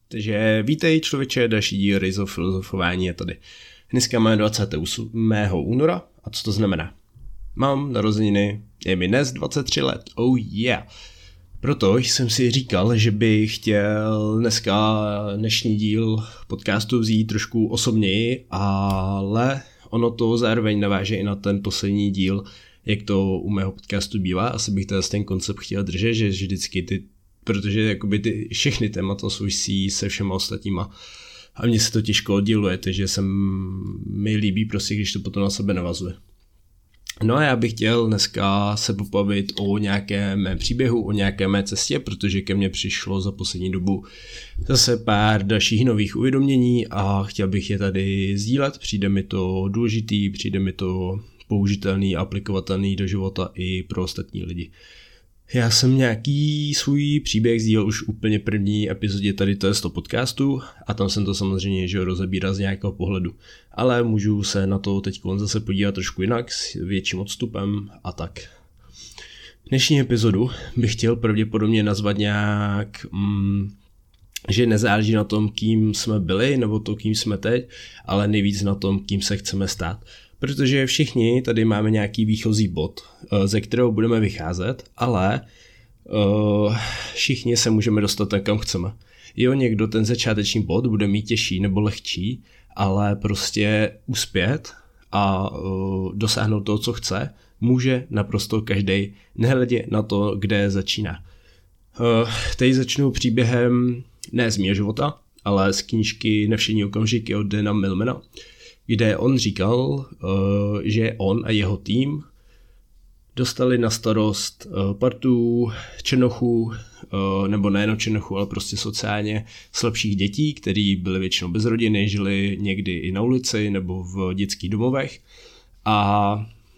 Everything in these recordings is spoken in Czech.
Takže vítej člověče, další díl Rise of filozofování je tady. Dneska máme 28. února a co to znamená? Mám narozeniny, je mi dnes 23 let, oh yeah. Proto jsem si říkal, že bych chtěl dnešní díl podcastu vzít trošku osobněji, ale ono to zároveň naváže i na ten poslední díl, jak to u mého podcastu bývá. Asi bych ten koncept chtěl držet, že vždycky protože jakoby ty všechny témata souvisí se všema ostatníma a mně se to těžko odděluje, takže mi líbí prostě, když to potom na sebe navazuje. No a já bych chtěl dneska se pobavit o nějakém mém příběhu, o nějaké mé cestě, protože ke mně přišlo za poslední dobu zase pár dalších nových uvědomění a chtěl bych je tady sdílet. Přijde mi to důležitý, přijde mi to použitelný, aplikovatelný do života i pro ostatní lidi. Já jsem nějaký svůj příběh sdílel už úplně první epizodě tady toho podcastu a tam jsem to samozřejmě rozebíral z nějakého pohledu. Ale můžu se na to teď zase podívat trošku jinak, s větším odstupem a tak. Dnešní epizodu bych chtěl pravděpodobně nazvat nějak, že nezáleží na tom, kým jsme byli nebo to, kým jsme teď, ale nejvíc na tom, kým se chceme stát. Protože všichni tady máme nějaký výchozí bod, ze kterého budeme vycházet, ale všichni se můžeme dostat tam, kam chceme. Jo, někdo ten začáteční bod bude mít těžší nebo lehčí, ale prostě uspět a dosáhnout toho, co chce, může naprosto každej, nehledě na to, kde začíná. Teď začnu příběhem ne z mého života, ale z knížky Nevšední okamžiky od Dana Millmana, kde on říkal, že on a jeho tým dostali na starost partu černochů, nebo nejenom černochů, ale prostě sociálně slabších dětí, který byly většinou bez rodiny, žili někdy i na ulici nebo v dětských domovech a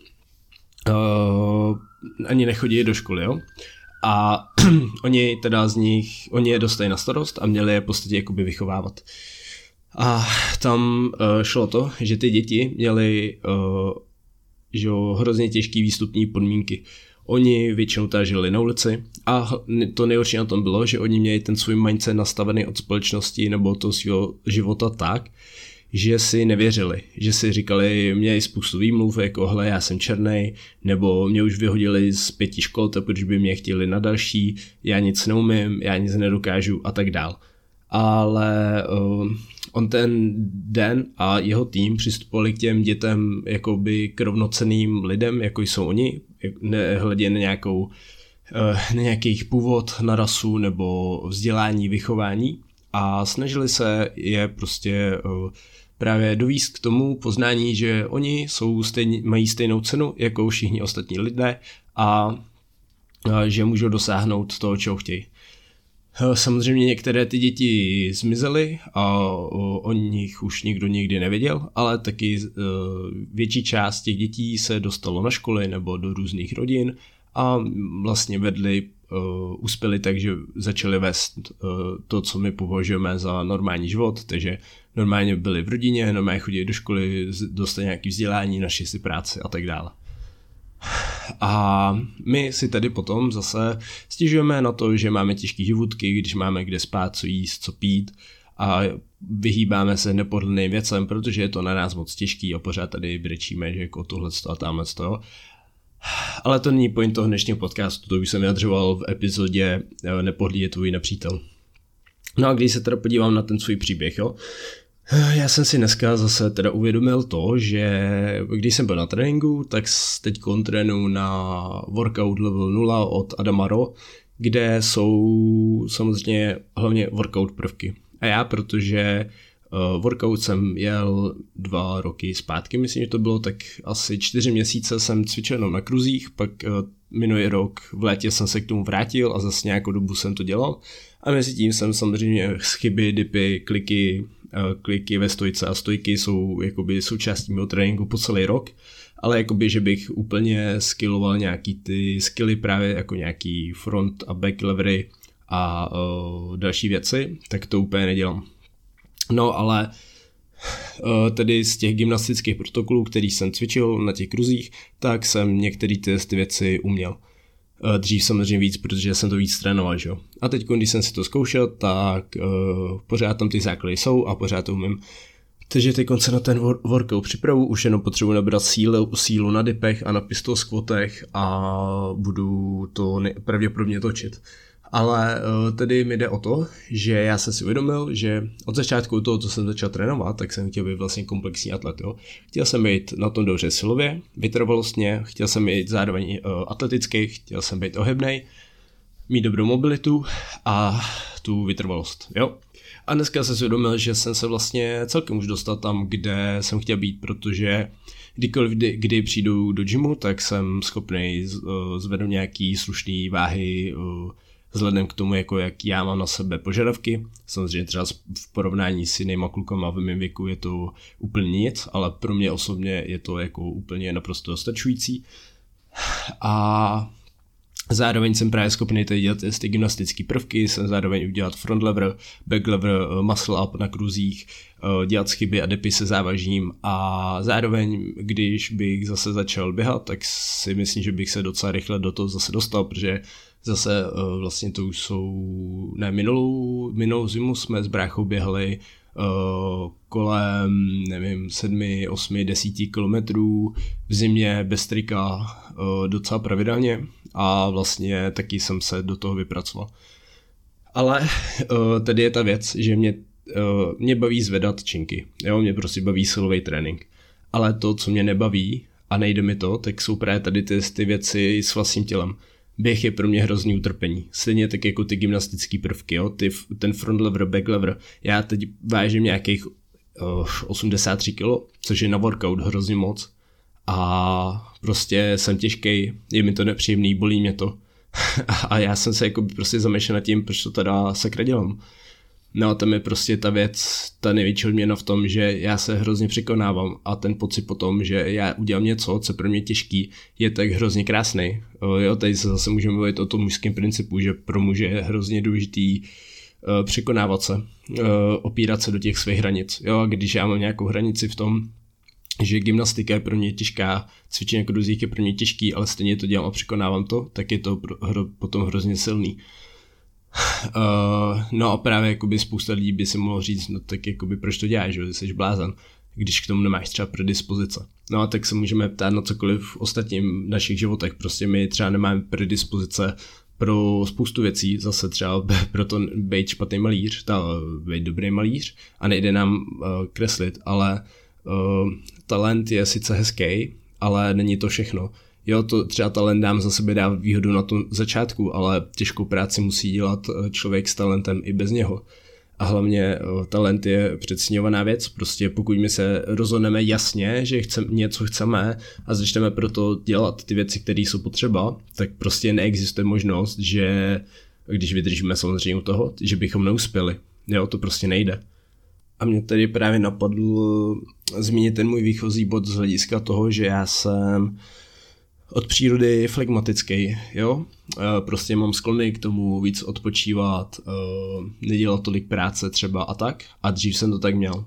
ani nechodili do školy, jo. A oni je dostali na starost a měli je v podstatě jakoby vychovávat. A tam šlo to, že ty děti měly hrozně těžký výstupní podmínky. Oni většinou žili na ulici a to nejhorší na tom bylo, že oni měli ten svůj mindset nastavený od společnosti nebo toho svého života tak, že si nevěřili, že si říkali, měli spoustu výmluv, jako hle, já jsem černej, nebo mě už vyhodili z 5 škol, protože by mě chtěli na další, já nic neumím, já nic nedokážu a tak dál. Ale on ten den a jeho tým přistupovali k těm dětem jakoby k rovnocenným lidem, jako jsou oni, nehledě na nějaký jejich původ, na rasu nebo vzdělání, vychování a snažili se je prostě právě dovést k tomu poznání, že oni mají stejnou cenu jako všichni ostatní lidé a že můžou dosáhnout toho, čeho chtějí. Samozřejmě některé ty děti zmizely a o nich už nikdo nikdy nevěděl, ale taky větší část těch dětí se dostalo na školy nebo do různých rodin a vlastně uspěli tak, že začali vést to, co my považujeme za normální život, takže normálně byli v rodině, normálně chodili do školy, dostali nějaké vzdělání, našli si práci a tak dále. A my si tady potom zase stěžujeme na to, že máme těžké živutky, když máme kde spát, co jíst, co pít a vyhýbáme se nepohodlným věcem, protože je to na nás moc těžký a pořád tady brečíme, že jako tohleto a tamhleto. Ale to není point toho dnešního podcastu, to už jsem vyjadřoval v epizodě Nepohodlí je tvůj nepřítel. No a když se teda podívám na ten svůj příběh, jo, já jsem si dneska zase teda uvědomil to, že když jsem byl na tréninku, tak teď trénuju na workout level 0 od Adama Ro, kde jsou samozřejmě hlavně workout prvky. A já, protože workout jsem jel 2 roky zpátky, myslím, že to bylo tak asi 4 měsíce jsem cvičil jenom na kruzích, pak minulý rok v létě jsem se k tomu vrátil a zase nějakou dobu jsem to dělal. A mezi tím jsem samozřejmě chyby, dipy, kliky ve stojce a stojky jsou jakoby součástí mého tréninku po celý rok, ale jakoby, že bych úplně skilloval nějaký ty skilly právě jako nějaký front a back levery a další věci, tak to úplně nedělám. No ale tedy z těch gymnastických protokolů, který jsem cvičil na těch kruzích, tak jsem některé ty věci uměl. Dřív samozřejmě víc, protože jsem to víc trénoval, že jo. A teď, když jsem si to zkoušel, tak pořád tam ty základy jsou a pořád to umím. Takže teď se na ten workout připravu, už jenom potřebuji nabrat sílu na dipech a na pistol squatech a budu to pravděpodobně točit. Ale tedy mi jde o to, že já jsem si uvědomil, že od začátku toho, co jsem začal trénovat, tak jsem chtěl být vlastně komplexní atlet. Jo. Chtěl jsem být na tom dobře silově, vytrvalostně, chtěl jsem být zároveň atletický, chtěl jsem být ohebnej, mít dobrou mobilitu a tu vytrvalost. Jo. A dneska jsem si uvědomil, že jsem se vlastně celkem už dostal tam, kde jsem chtěl být, protože kdy přijdu do gymu, tak jsem schopný zvednout nějaký slušný váhy vzhledem k tomu, jako jak já mám na sebe požadavky. Samozřejmě třeba v porovnání s jinýma klukama v mém věku je to úplně nic, ale pro mě osobně je to jako úplně naprosto dostačující. A zároveň jsem právě schopný tady dělat ty gymnastické prvky, jsem zároveň udělat front lever, back lever, muscle up na kruzích, dělat chyby a depy se závažím a zároveň, když bych zase začal běhat, tak si myslím, že bych se docela rychle do toho zase dostal, protože zase vlastně to už jsou, minulou zimu jsme s bráchou běhali kolem, nevím, 7, 8, 10 kilometrů v zimě bez trika docela pravidelně a vlastně taky jsem se do toho vypracoval. Ale tady je ta věc, že mě baví zvedat činky, jo, mě prostě baví silový trénink, ale to, co mě nebaví a nejde mi to, tak jsou právě tady ty věci s vlastním tělem. Běh je pro mě hrozný utrpení. Stejně tak jako ty gymnastické prvky, jo? Ten front lever, back lever. Já teď vážím nějakých 83 kg, což je na workout hrozně moc. A prostě jsem těžkej, je mi to nepříjemný, bolí mě to. A já jsem se jako prostě zamýšlel nad tím, proč to teda sakra dělám. No a tam je prostě ta věc, ta největší odměna v tom, že já se hrozně překonávám a ten pocit potom, že já udělám něco, co pro mě těžký, je tak hrozně krásný. Jo, tady se zase můžeme mluvit o tom mužském principu, že pro muže je hrozně důležitý překonávat se, opírat se do těch svých hranic. Jo, a když já mám nějakou hranici v tom, že gymnastika je pro mě těžká, cvičení kruzích je pro mě těžký, ale stejně to dělám a překonávám to, tak je to potom hrozně silný. No a právě jakoby spousta lidí by si mohlo říct, no tak jakoby proč to děláš, že jsi blázen, když k tomu nemáš třeba predispozice. No a tak se můžeme ptát na cokoliv v ostatním našich životech, prostě my třeba nemáme predispozice pro spoustu věcí, zase třeba proto být špatný malíř, být dobrý malíř a nejde nám kreslit, ale talent je sice hezký, ale není to všechno. Jo, to třeba talent nám za sebe dá výhodu na tom začátku, ale těžkou práci musí dělat člověk s talentem i bez něho. A hlavně talent je přeceňovaná věc, prostě pokud my se rozhodneme jasně, že něco chceme a začneme proto dělat ty věci, které jsou potřeba, tak prostě neexistuje možnost, že když vydržíme samozřejmě u toho, že bychom neuspěli. Jo, to prostě nejde. A mě tady právě napadl zmínit ten můj výchozí bod z hlediska toho, že já jsem od přírody flegmatický, jo, prostě mám sklony k tomu víc odpočívat, nedělat tolik práce třeba a tak a dřív jsem to tak měl.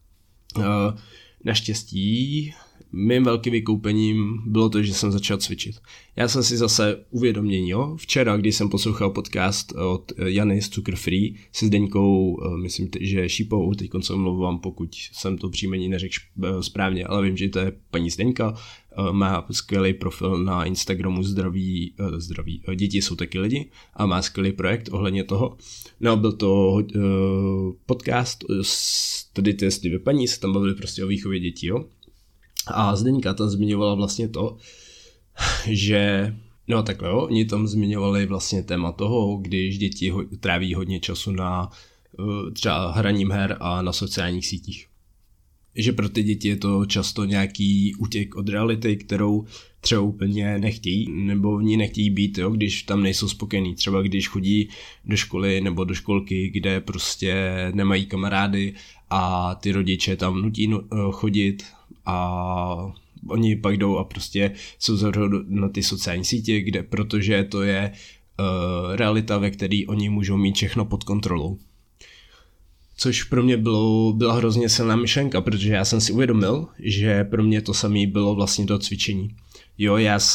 Naštěstí mým velkým vykoupením bylo to, že jsem začal cvičit. Já jsem si zase uvědomění, jo, včera, když jsem poslouchal podcast od Jany z Cukr Free se Zdeňkou, myslím, že Šípovou, teď se omlouvám, pokud jsem to příjmení neřekl správně, ale vím, že to je paní Zdeňka, má skvělý profil na Instagramu zdraví, děti jsou taky lidi a má skvělý projekt ohledně toho. No, byl to podcast, tady ty dvě paní se tam bavili prostě o výchově dětí, jo. A Zdeňka tam zmiňovala vlastně to, že, no takhle jo, oni tam zmiňovali vlastně téma toho, když děti tráví hodně času na třeba hraním her a na sociálních sítích. Že pro ty děti je to často nějaký útěk od reality, kterou třeba úplně nechtějí, nebo v ní nechtějí být, jo, když tam nejsou spokojení. Třeba když chodí do školy nebo do školky, kde prostě nemají kamarády a ty rodiče tam nutí chodit a oni pak jdou a prostě jsou zavřou na ty sociální sítě, protože to je realita, ve které oni můžou mít všechno pod kontrolou. Což pro mě byla hrozně silná myšlenka, protože já jsem si uvědomil, že pro mě to samé bylo vlastně to cvičení. Jo,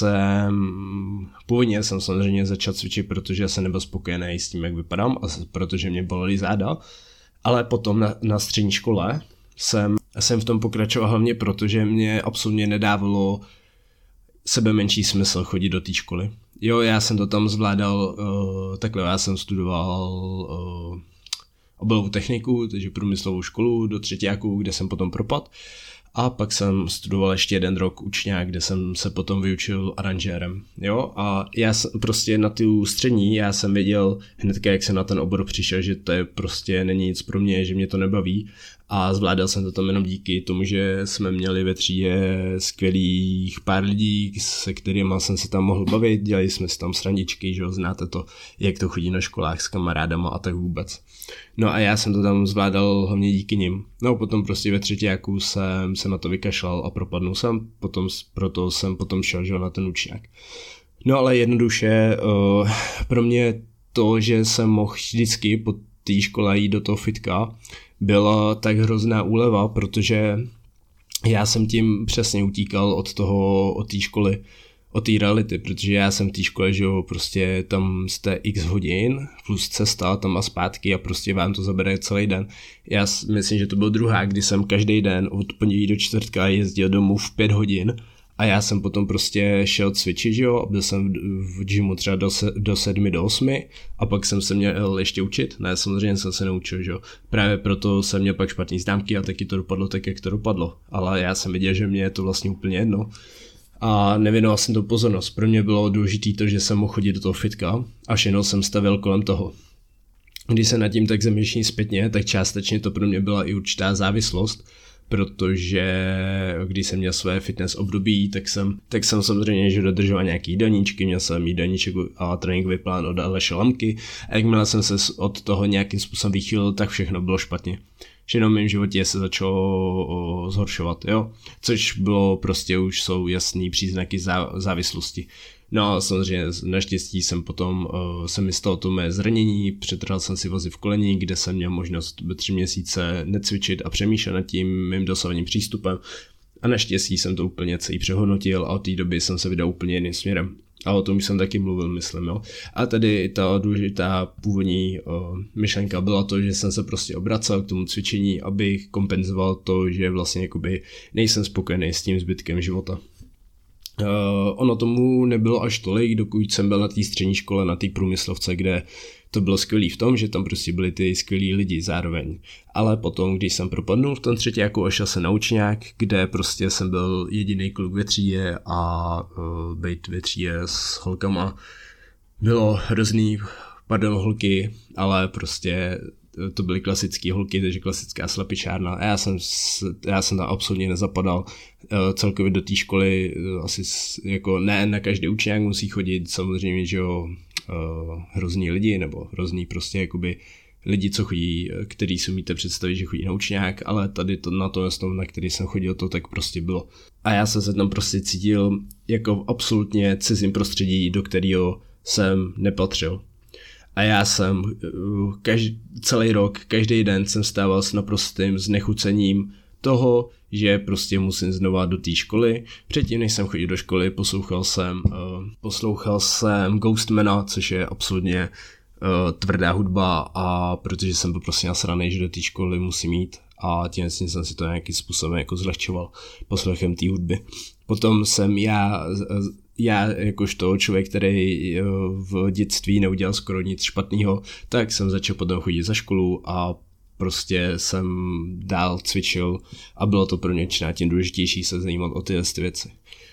původně jsem samozřejmě začal cvičit, protože jsem nebyl spokojený s tím, jak vypadám, a protože mě bolely záda, ale potom na střední škole jsem v tom pokračoval hlavně proto, že mě absolutně nedávalo sebe menší smysl chodit do té školy. Jo, já jsem to tam zvládal takhle, já jsem studoval obalovou techniku, takže průmyslovou školu do třetíku, kde jsem potom propadl. A pak jsem studoval ještě 1 rok učňák, kde jsem se potom vyučil aranžérem. Jo, a já prostě na tu střední, já jsem věděl hnedka, jak jsem na ten obor přišel, že to je prostě není nic pro mě, že mě to nebaví. A zvládal jsem to tam jenom díky tomu, že jsme měli ve třídě skvělých pár lidí, se kterými jsem se tam mohl bavit, dělali jsme si tam srandičky, že jo, znáte to, jak to chodí na školách s kamarádama a tak vůbec. No a já jsem to tam zvládal hlavně díky nim. No potom prostě ve třetíku jsem se na to vykašlal a propadnul jsem, proto jsem potom šel, že, na ten učňák. No ale jednoduše pro mě to, že jsem mohl vždycky po té škole jít do toho fitka, byla tak hrozná úleva, protože já jsem tím přesně utíkal od té školy, od té reality, protože já jsem v té škole, že jo, prostě tam jste x hodin plus cesta tam a zpátky a prostě vám to zabere celý den. Já myslím, že to byl druhá, kdy jsem každý den od pondělí do čtvrtka jezdil domů v 5 hodin a já jsem potom prostě šel cvičit, že jo, a byl jsem v gymu třeba do 7, do 8 a pak jsem se měl ještě učit. Ne, samozřejmě jsem se neučil, že jo. Právě proto jsem měl pak špatný známky a taky to dopadlo tak, jak to dopadlo. Ale já jsem viděl, že mě je to vlastně úplně jedno. A nevěnoval jsem to pozornost. Pro mě bylo důležité to, že jsem mohl chodit do toho fitka a všechno jsem stavil kolem toho. Když se nad tím tak zamýšlím zpětně, tak částečně to pro mě byla i určitá závislost, protože když jsem měl své fitness období, tak jsem samozřejmě že dodržoval nějaký jídelníčky, měl jsem jídelníček a tréninkový plán od Aleše Lamky a jakmile jsem se od toho nějakým způsobem vychýlil, tak všechno bylo špatně. Všechno v mém životě se začalo zhoršovat, jo, což bylo prostě už jsou jasný příznaky závislosti. No a samozřejmě naštěstí jsem mi stalo to mé zranění, přetrhal jsem si vazy v koleni, kde jsem měl možnost 3 měsíce necvičit a přemýšlet nad tím mým dosavadním přístupem a naštěstí jsem to úplně celý přehodnotil a od té doby jsem se vydal úplně jiným směrem. A o tom jsem taky mluvil, myslím, jo. A tady ta důležitá původní myšlenka byla to, že jsem se prostě obracel k tomu cvičení, abych kompenzoval to, že vlastně jakoby nejsem spokojený s tím zbytkem života. Ono tomu nebylo až tolik, dokud jsem byl na té střední škole, na té průmyslovce, kde to bylo skvělý v tom, že tam prostě byli ty skvělí lidi zároveň. Ale potom, když jsem propadnul v tom třetíku a šel se na učňák, kde prostě jsem byl jediný kluk ve třídě a být ve třídě s holkama bylo hrozný, holky, ale prostě to byly klasické holky, takže klasická slepičárna a já jsem tam absolutně nezapadal. Celkově do té školy asi jako ne na každý učňák musí chodit, samozřejmě, že jo, hrozný lidi, nebo hrozný prostě jakoby lidi, co chodí, který si umíte představit, že chodí na učňák, ale tady to na na který jsem chodil, to tak prostě bylo. A já jsem se tam prostě cítil jako v absolutně cizím prostředí, do kterého jsem nepatřil. A já jsem celý rok, každý den jsem stával s naprostým znechucením toho, že prostě musím znova do té školy. Předtím, než jsem chodil do školy, poslouchal jsem Ghostmana, což je absolutně tvrdá hudba a protože jsem byl prostě nasranej, že do té školy musím jít a tím jsem si to nějakým způsobem jako zlehčoval poslechem té hudby. Potom jsem já jakožto člověk, který v dětství neudělal skoro nic špatného, tak jsem začal potom chodit za školu a prostě jsem dál cvičil a bylo to pro mě tím důležitější se zajímat o ty věci.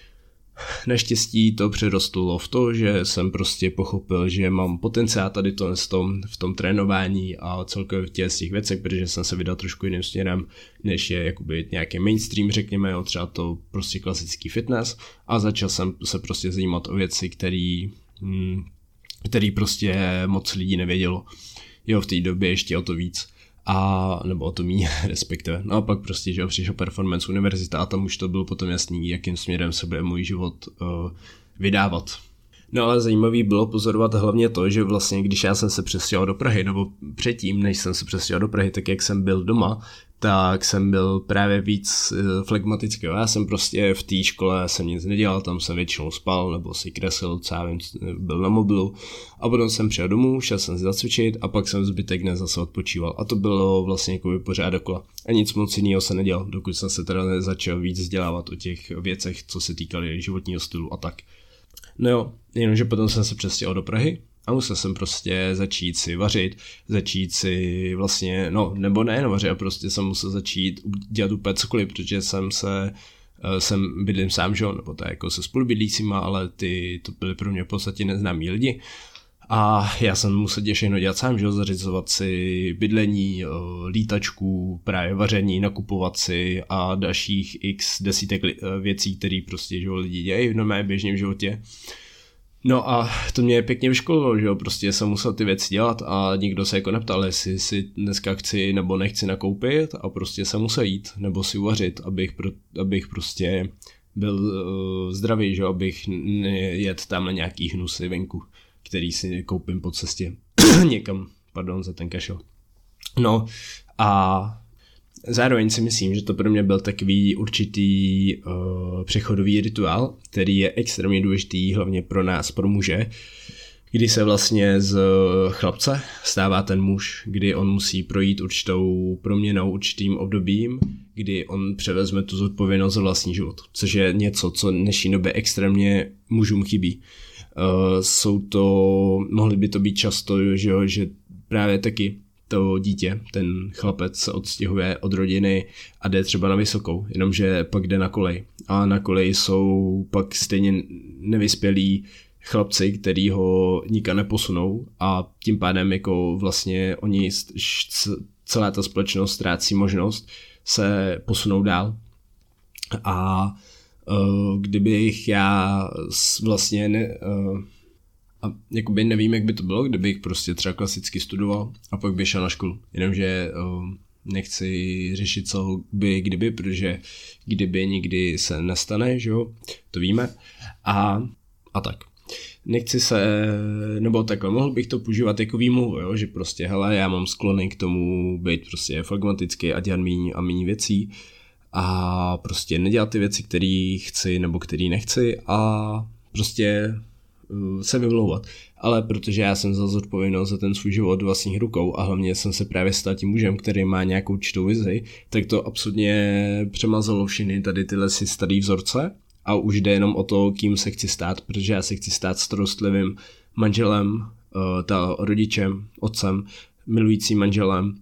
Naštěstí to přerostlo v to, že jsem prostě pochopil, že mám potenciál tady v tom trénování a celkově v těch věcech, protože jsem se vydal trošku jiným směrem, než je jakoby nějaký mainstream, řekněme, třeba to prostě klasický fitness a začal jsem se prostě zajímat o věci, který prostě moc lidí nevědělo. Jo, v té době ještě o to víc. Nebo o to míň, respektive. No a pak prostě, že přišel Performance univerzita a tam už to bylo potom jasný, jakým směrem se bude můj život vydávat. No ale zajímavý bylo pozorovat hlavně to, že vlastně když já jsem se přestěhoval do Prahy, nebo předtím, než jsem se přestěhoval do Prahy, tak jak jsem byl doma, tak jsem byl právě víc flegmatický. Já jsem prostě v té škole jsem nic nedělal, tam jsem většinou spal, nebo si kreslil, co já vím, byl na mobilu. A potom jsem přijel domů, šel jsem si zacvičit a pak jsem zbytek dne zase odpočíval. A to bylo vlastně jako pořád dokola. A nic moc jiného se nedělal, dokud jsem se teda nezačal víc vzdělávat o těch věcech, co se týkaly životního stylu a tak. No jo, jenomže potom jsem se přestěhoval do Prahy a musel jsem prostě začít si vařit, začít si vlastně, no nebo ne vařit, a prostě jsem musel začít dělat úplně cokoliv, protože jsem bydlím sám, že jo, nebo to jako se spolubydlícíma, ale to byly pro mě v podstatě neznámí lidi. A já jsem musel všechno dělat sám, že jo, zařizovat si bydlení, lítačku, právě vaření, nakupovat si a dalších x desítek věcí, které prostě, že jo, lidi dělají v normálně běžném životě. No a to mě pěkně vyškolilo, že jo, prostě jsem musel ty věci dělat a nikdo se jako neptal, jestli si dneska chci nebo nechci nakoupit a prostě jsem musel jít nebo si uvařit, abych prostě byl zdravý, že jo, abych nejet tam na nějaký hnusy venku, který si koupím po cestě někam, pardon za ten kašel. No a zároveň si myslím, že to pro mě byl takový určitý přechodový rituál, který je extrémně důležitý hlavně pro nás, pro muže, kdy se vlastně z chlapce stává ten muž, kdy on musí projít určitou proměnou, určitým obdobím, kdy on převezme tu zodpovědnost za vlastní život, což je něco, co v dnešní době extrémně mužům chybí. Mohly by to být často, že právě taky to dítě, ten chlapec se odstěhuje od rodiny a jde třeba na vysokou, jenomže pak jde na kolej. A na koleji jsou pak stejně nevyspělí chlapci, který ho nikam neposunou a tím pádem jako vlastně celá ta společnost ztrácí možnost se posunout dál. A kdybych já vlastně a jakoby nevím, jak by to bylo, kdybych prostě třeba klasicky studoval a pak by šel na školu. Jenomže nechci řešit co by kdyby, protože kdyby nikdy se nestane, že jo, to víme. A tak. Nechci se, nebo takhle, mohl bych to používat jako výmluvu, jo, že prostě, hele, já mám sklony k tomu být prostě flegmatický a dělat míň věcí a prostě nedělat ty věci, které chci nebo které nechci a prostě se vymlouvat. Ale protože já jsem za zodpovědnost za ten svůj život vlastních rukou a hlavně jsem se právě stal tím mužem, který má nějakou určitou vizi, tak to absolutně přemazalo všechny tady tyhle si starý vzorce a už jde jenom o to, kým se chci stát, protože já se chci stát starostlivým manželem, rodičem, otcem, milujícím manželem,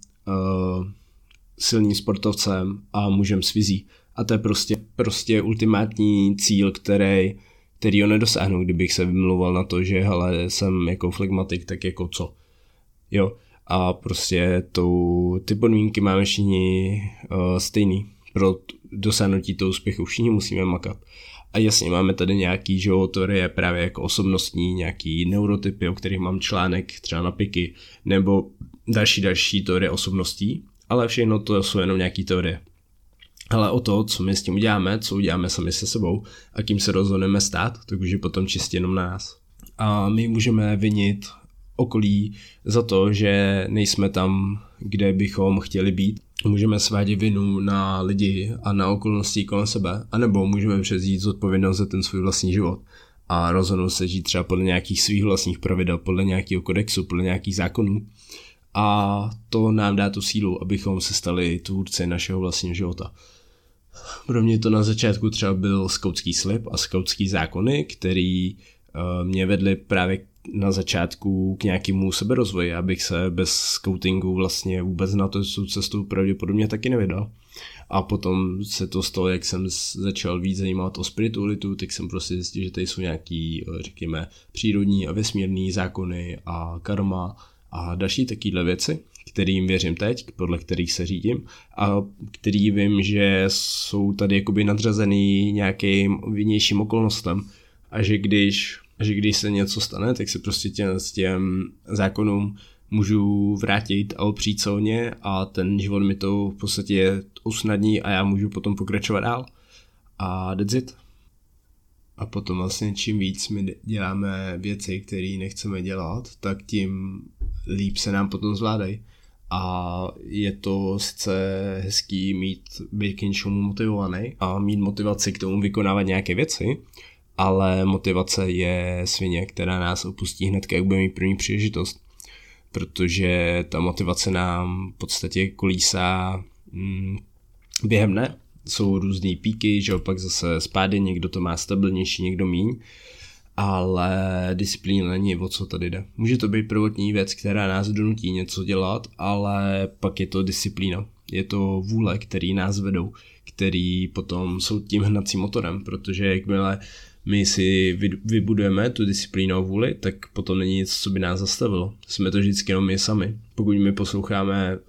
silným sportovcem a mužem s vizí. A to je prostě ultimátní cíl, který ho nedosáhnu, kdybych se vymlouval na to, že hele, jsem jako flegmatik, tak jako co. Jo, a prostě ty podmínky máme všichni stejný. Pro dosáhnutí toho úspěchu všichni musíme makat. A jasně, máme tady nějaký teorie právě jako osobnostní, nějaký neurotypy, o kterých mám článek třeba na Piky, nebo další teorie osobností, ale všechno to jsou jenom nějaký teorie. Ale o to, co my s tím uděláme, co uděláme sami se sebou a kým se rozhodneme stát, tak už je potom čistě jenom na nás. A my můžeme vinit okolí za to, že nejsme tam, kde bychom chtěli být. Můžeme svádět vinu na lidi a na okolnosti kolem sebe, anebo můžeme převzít zodpovědnost za ten svůj vlastní život a rozhodnout se žít třeba podle nějakých svých vlastních pravidel, podle nějakého kodexu, podle nějakých zákonů. A to nám dá tu sílu, abychom se stali tvůrci našeho vlastního života. Pro mě to na začátku třeba byl skautský slib a skautský zákony, který mě vedly právě na začátku k nějakému seberozvoji, abych se bez skautingu vlastně vůbec na tu cestu pravděpodobně taky nevydal. A potom se to stalo, jak jsem začal víc zajímat o spiritualitu, tak jsem prostě zjistil, že tady jsou nějaký, řekněme, přírodní a vesmírný zákony a karma a další takovéhle věci, kterým věřím teď, podle kterých se řídím a který vím, že jsou tady jakoby nadřazený nějakým vnějším okolnostem a že když se něco stane, tak se prostě těm zákonům můžu vrátit a opřít se o ně a ten život mi to v podstatě usnadní a já můžu potom pokračovat dál. A that's it. A potom vlastně čím víc my děláme věci, které nechceme dělat, tak tím líp se nám potom zvládají. A je to sice hezký být k něčemu motivovaný a mít motivaci k tomu vykonávat nějaké věci, ale motivace je svině, která nás opustí hned, jak bude mít první příležitost. Protože ta motivace nám v podstatě kolísá během dne. Jsou různý píky, že opak zase spády, někdo to má stabilnější, někdo míň, ale disciplína není, o co tady jde. Může to být prvotní věc, která nás donutí něco dělat, ale pak je to disciplína. Je to vůle, který nás vedou, který potom jsou tím hnacím motorem, protože jakmile my si vybudujeme tu disciplínu vůli, tak potom není nic, co by nás zastavilo. Jsme to vždycky jenom my sami. Pokud my posloucháme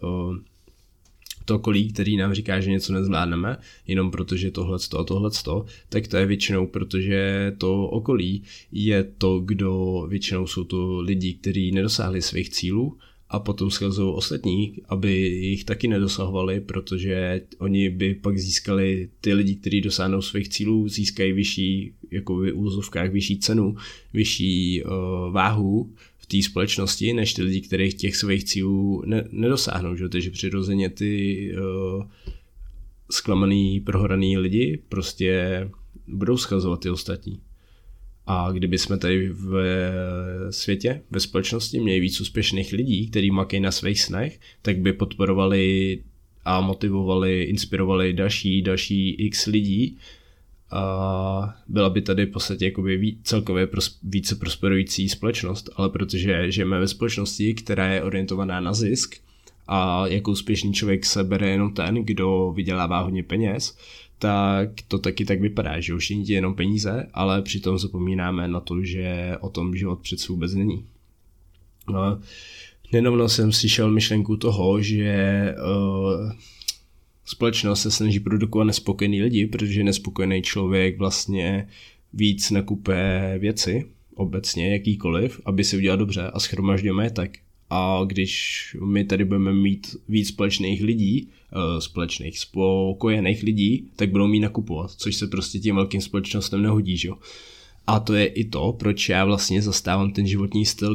to okolí, který nám říká, že něco nezvládneme, jenom protože tohleto a tohleto, tak to je většinou, protože to okolí je to, kdo většinou jsou to lidi, kteří nedosáhli svých cílů a potom schazují ostatní, aby jich taky nedosahovali, protože oni by pak získali, ty lidi, kteří dosáhnou svých cílů, získají vyšší, jako v úvozovkách, vyšší cenu, vyšší váhu v té společnosti, než ty lidi, kteří těch svých cílů nedosáhnou. Že? Takže přirozeně ty zklamaný, prohraný lidi prostě budou schazovat ty ostatní. A kdyby jsme tady v světě, ve společnosti měli víc úspěšných lidí, kteří makají na svých snech, tak by podporovali a motivovali, inspirovali další x lidí a byla by tady v podstatě jakoby celkově více prosperující společnost, ale protože žijeme ve společnosti, která je orientovaná na zisk a jako úspěšný člověk se bere jenom ten, kdo vydělává hodně peněz, tak to taky tak vypadá, že už není jenom peníze, ale přitom zapomínáme na to, že o tom život přece vůbec není. Nedávno jsem slyšel myšlenku toho, že společnost se snaží produkovat nespokojený lidi, protože nespokojený člověk vlastně víc nakupuje věci, obecně jakýkoliv, aby si udělal dobře a shromažďuje majetek. A když my tady budeme mít víc společných lidí, spokojených lidí, tak budou mít nakupovat, což se prostě tím velkým společnostem nehodí, že? A to je i to, proč já vlastně zastávám ten životní styl,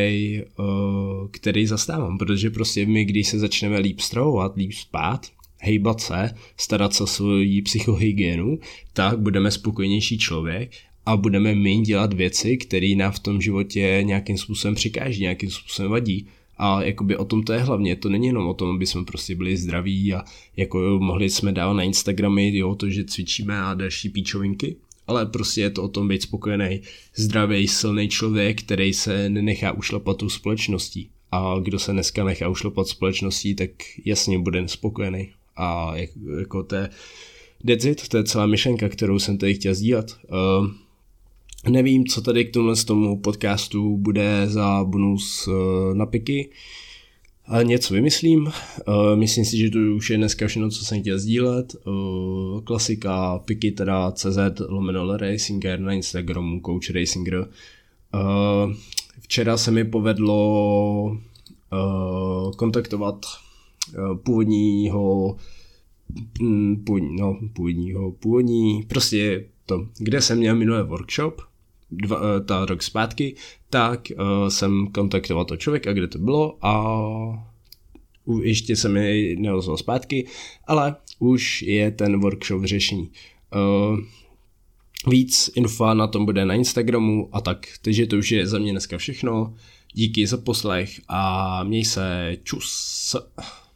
který zastávám, protože prostě my, když se začneme líp stravovat, líp spát, hejbat se, starat se o svoji psychohygienu, tak budeme spokojenější člověk a budeme my dělat věci, které nám v tom životě nějakým způsobem přikáží, nějakým způsobem vadí. A jakoby o tom to je hlavně, to není jenom o tom, aby jsme prostě byli zdraví a jako mohli jsme dávat na Instagramy, jo, to, že cvičíme a další píčovinky, ale prostě je to o tom být spokojený, zdravý, silný člověk, který se nenechá ušlapat tou společností. A kdo se dneska nechá ušlapat společností, tak jasně bude nespokojený. A jako to je to je celá myšlenka, kterou jsem tady chtěl sdílet. Nevím, co tady k tomu podcastu bude za bonus na piky, ale něco vymyslím. Myslím si, že to už je dneska všechno, co jsem chtěl sdílet. Klasika piky teda CZ/Racinger na Instagramu, Coach Racinger. Včera se mi povedlo kontaktovat původní, prostě to, kde jsem měl minulý workshop, rok zpátky, tak jsem kontaktoval toho člověka, kde to bylo a ještě se mi neozval zpátky, ale už je ten workshop řešení. Víc info na tom bude na Instagramu a tak, takže to už je za mě dneska všechno. Díky za poslech a měj se, čus.